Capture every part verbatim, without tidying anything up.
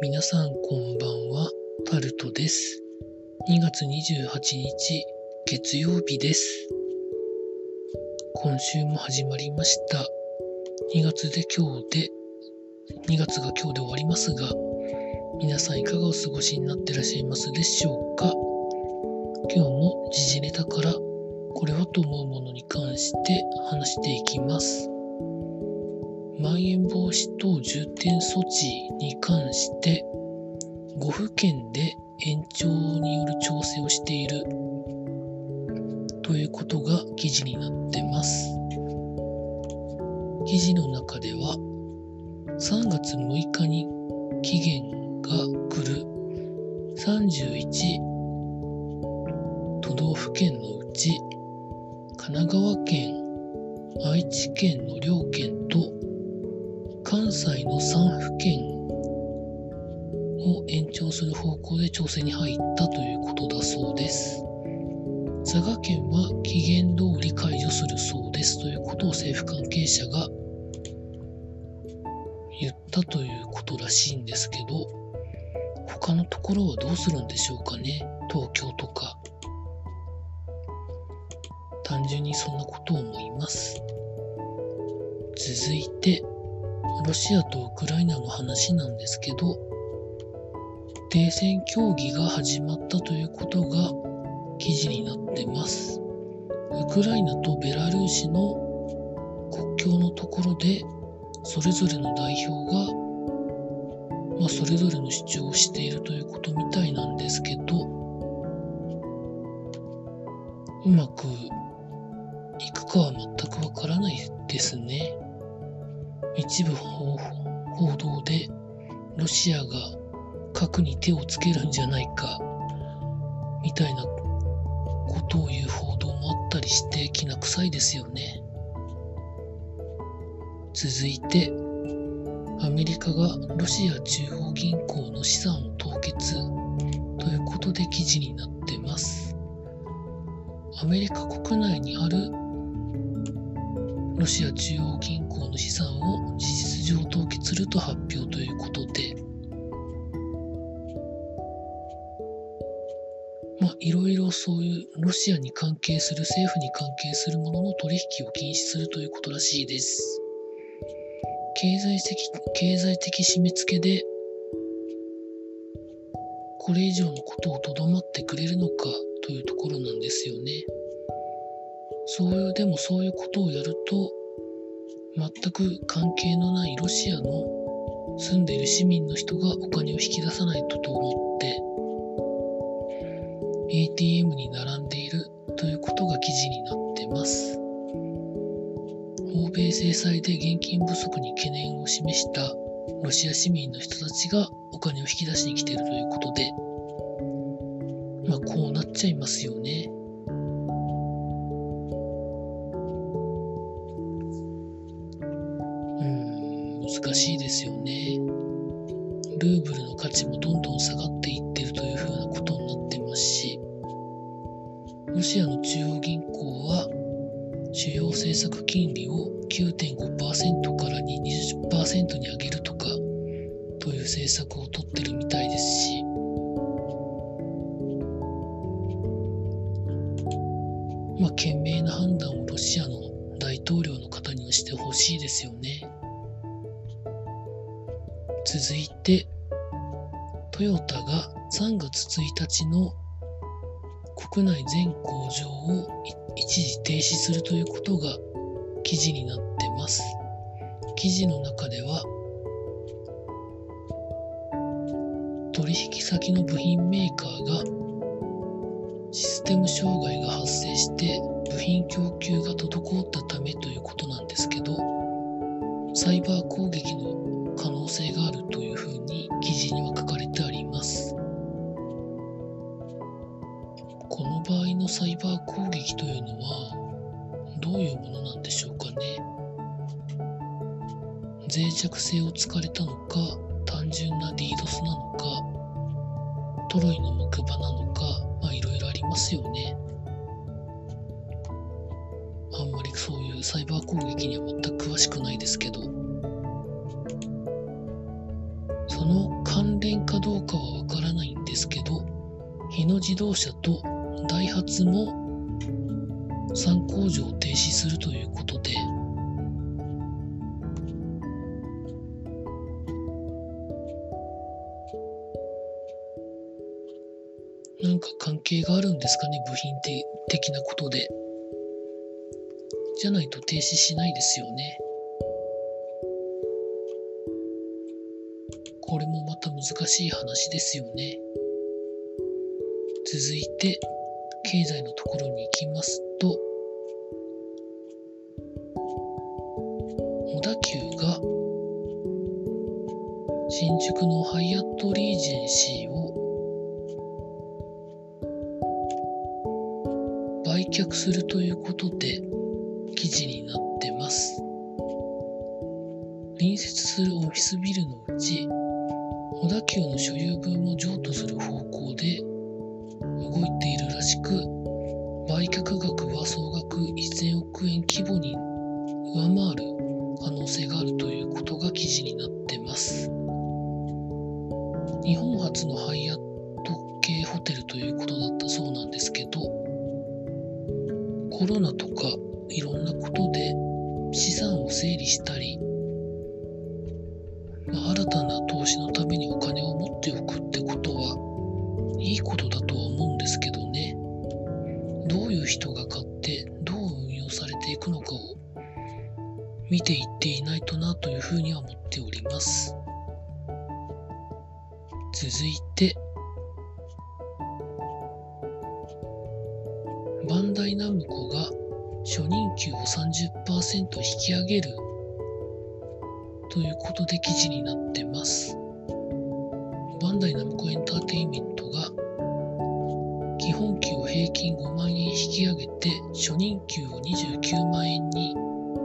皆さんこんばんは、タルトです。にがつにじゅうはちにち月曜日です。今週も始まりました。にがつで今日で、にがつが今日で終わりますが、皆さんいかがお過ごしになってらっしゃいますでしょうか。今日も時事ネタからこれはと思うものに関して話していきます。まん延防止等重点措置に関してごふけんで延長による調整をしているということが記事になってます。記事の中ではさんがつむいかに期限が来るさんじゅういち都道府県のうち神奈川県、愛知県の両県と関西のさんふけんを延長する方向で調整に入ったということだそうです。佐賀県は期限通り解除するそうですということを政府関係者が言ったということらしいんですけど、他のところはどうするんでしょうかね。東京とか。単純にそんなことを思います。続いてロシアとウクライナの話なんですけど、停戦協議が始まったということが記事になってます。ウクライナとベラルーシの国境のところでそれぞれの代表が、まあ、それぞれの主張をしているということみたいなんですけど、うまくいくかは全くわからないですね。一部報道でロシアが核に手をつけるんじゃないかみたいなことを言う報道もあったりしてきな臭いですよね。続いてアメリカがロシア中央銀行の資産を凍結ということで記事になってます。アメリカ国内にあるロシア中央銀行の資産を事実上凍結すると発表ということで、まあいろいろそういうロシアに関係する、政府に関係するものの取引を禁止するということらしいです。経済的、経済的締め付けでこれ以上のことをとどまってくれるのかというところなんですよね。そういう、でもそういうことをやると、全く関係のないロシアの住んでいる市民の人がお金を引き出さないとと思って、エーティーエム に並んでいるということが記事になってます。欧米制裁で現金不足に懸念を示したロシア市民の人たちがお金を引き出しに来ているということで、まあこうなっちゃいますよね。難しいですよね。ルーブルの価値もどんどん下がっていっているというふうなことになってますし、ロシアの中央銀行は主要政策金利を きゅうてんごパーセント から にじゅっパーセント に上げるとかという政策を取ってるみたいですし、まあ賢明な判断をロシアの大統領の方にはしてほしいですよね。続いてトヨタがさんがつついたちの国内全工場を一時停止するということが記事になってます。記事の中では取引先の部品メーカーがシステム障害が発生して部品供給が滞ったためということなんですけど、サイバー攻撃の可能性があるというふうに記事には書かれてあります。この場合のサイバー攻撃というのはどういうものなんでしょうかね。脆弱性を突かれたのか、単純な ディードス なのか、トロイの木馬なのか、まあいろいろありますよね。あんまりそういうサイバー攻撃には全く詳しくないですけど、その可関連かどうかはわからないんですけど、日野自動車とダイハツもさん工場を停止するということで、なんか関係があるんですかね、部品的なことで。じゃないと停止しないですよね。これもまた難しい話ですよね。続いて経済のところに行きますと、小田急が新宿のハイアットリージェンシーを売却するということで記事になってます。隣接するオフィスビルのうち、小田急の所有分を譲渡する方向で動いているらしく、売却額は総額せんおくえん規模に上回る可能性があるということが記事になってます。日本初のハイアット系ホテルということだったそうなんですけど、コロナとかいろんなことで資産を整理したり、まあ、新たな投資のためにお金を持っておくってことはいいことだとは思うんですけどね。どういう人が買ってどう運用されていくのかを見ていっていないとなというふうには思っております。続いてバンダイナムコが初任給を さんじゅっパーセント 引き上げるということで記事になってます。バンダイナムコエンターテインメントが基本給を平均ごまんえん引き上げて初任給をにじゅうきゅうまんえんに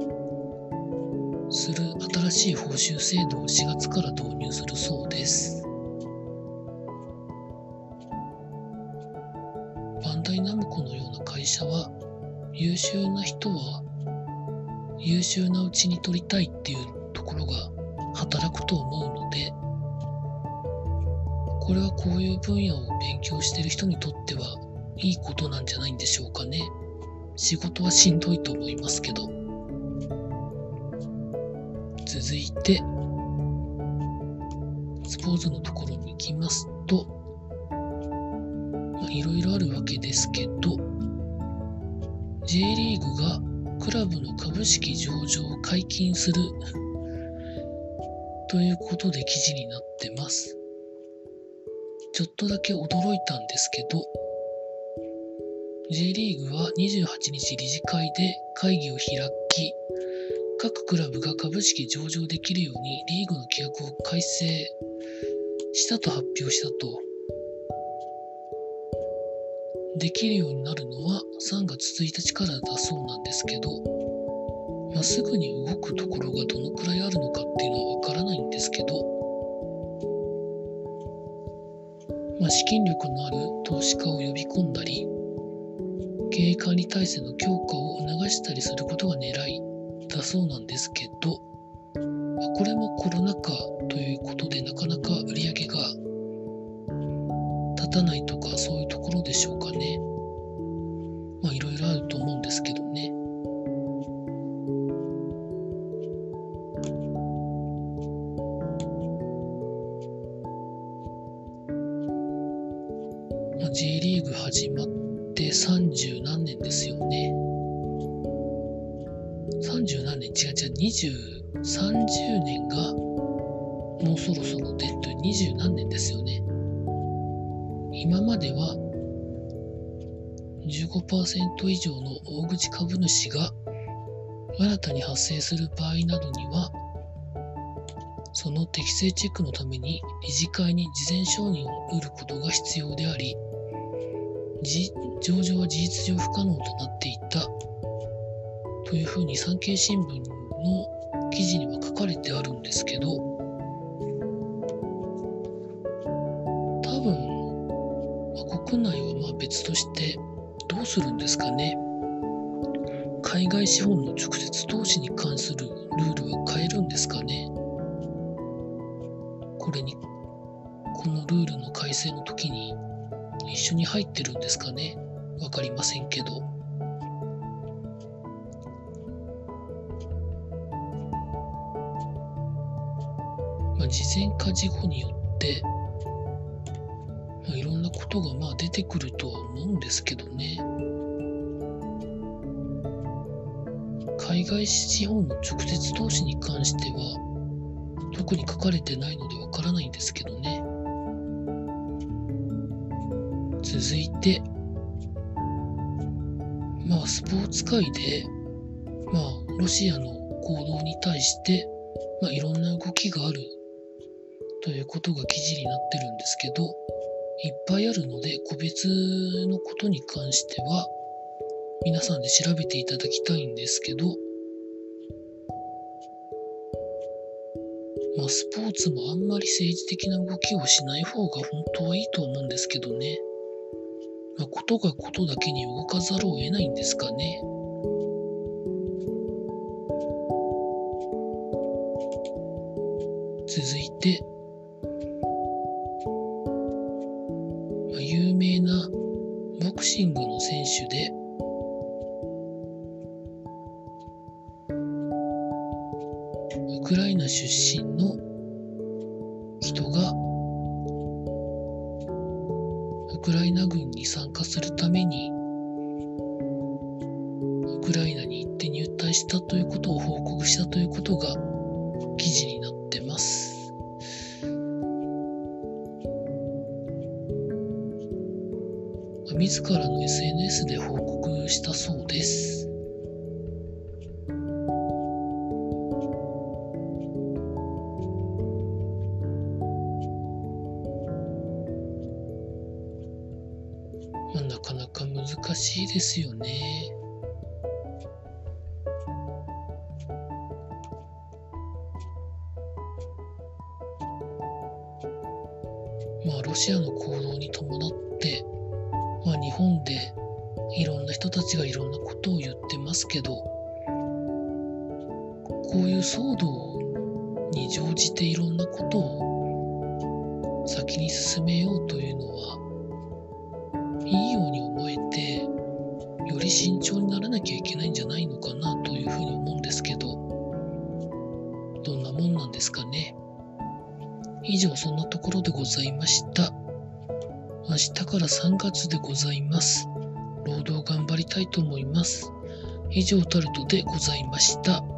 する新しい報酬制度をしがつから導入するそうです。バンダイナムコのような会社は優秀な人は優秀なうちに取りたいっていうところが働くと思うので、これはこういう分野を勉強している人にとってはいいことなんじゃないんでしょうかね。仕事はしんどいと思いますけど。続いてスポーツのところに行きますと、いろいろあるわけですけど、 J リーグがクラブの株式上場を解禁するということで記事になってます。ちょっとだけ驚いたんですけど、 J リーグはにじゅうはちにち理事会で会議を開き、各クラブが株式上場できるようにリーグの規約を改正したと発表したと。できるようになるのはさんがつついたちからだそうなんですけど、まあ、すぐに動くところがどのくらいあるのかっていうのはわからないんですけど、まあ、資金力のある投資家を呼び込んだり、経営管理体制の強化を促したりすることが狙いだそうなんですけど、まあ、これもコロナ禍ということでなかなか売り上げが立たないとかそういうところでしょうかね。まあいろいろあると思うんですけどね。まあ、J リーグ始まってさんじゅうなんねんですよね。さんじゅうなんねん、違う違う、にじゅう、さんじゅうねんがもうそろそろでというにじゅうなんねんですよね。今までは じゅうごパーセント 以上の大口株主が新たに発生する場合などには、その適正チェックのために理事会に事前承認を得ることが必要であり、上場は事実上不可能となっていたというふうに産経新聞の記事には書かれてあるんですけど、多分、まあ、国内はまあ別としてどうするんですかね。海外資本の直接投資に関するルールは変えるんですかね。これにこのルールの改正の時に一緒に入ってるんですかね。わかりませんけど。まあ、事前か事後によって、まあ、いろんなことがまあ出てくるとは思うんですけどね。海外資本の直接投資に関しては特に書かれてないのでわからないんですけどね。続いて、まあスポーツ界で、まあロシアの行動に対して、まあいろんな動きがあるということが記事になってるんですけど、いっぱいあるので個別のことに関しては皆さんで調べていただきたいんですけど、まあスポーツもあんまり政治的な動きをしない方が本当はいいと思うんですけどね。まあ、ことがことだけに動かざるを得ないんですかね。続いて、まあ、有名なボクシングの選手で、ウクライナ出身の人がウクライナ軍に参加するためにウクライナに行って入隊したということを報告したということが記事になってます。自らの エスエヌエス で報告したそうです。まあ、なかなか難しいですよね。まあロシアの行動に伴って、まあ、日本でいろんな人たちがいろんなことを言ってますけど、こういう騒動に乗じていろんなことを先に進めようというのはいいように思えて、より慎重にならなきゃいけないんじゃないのかなというふうに思うんですけど、どんなもんなんですかね。以上、そんなところでございました。明日からさんがつでございます。労働頑張りたいと思います。以上タルトでございました。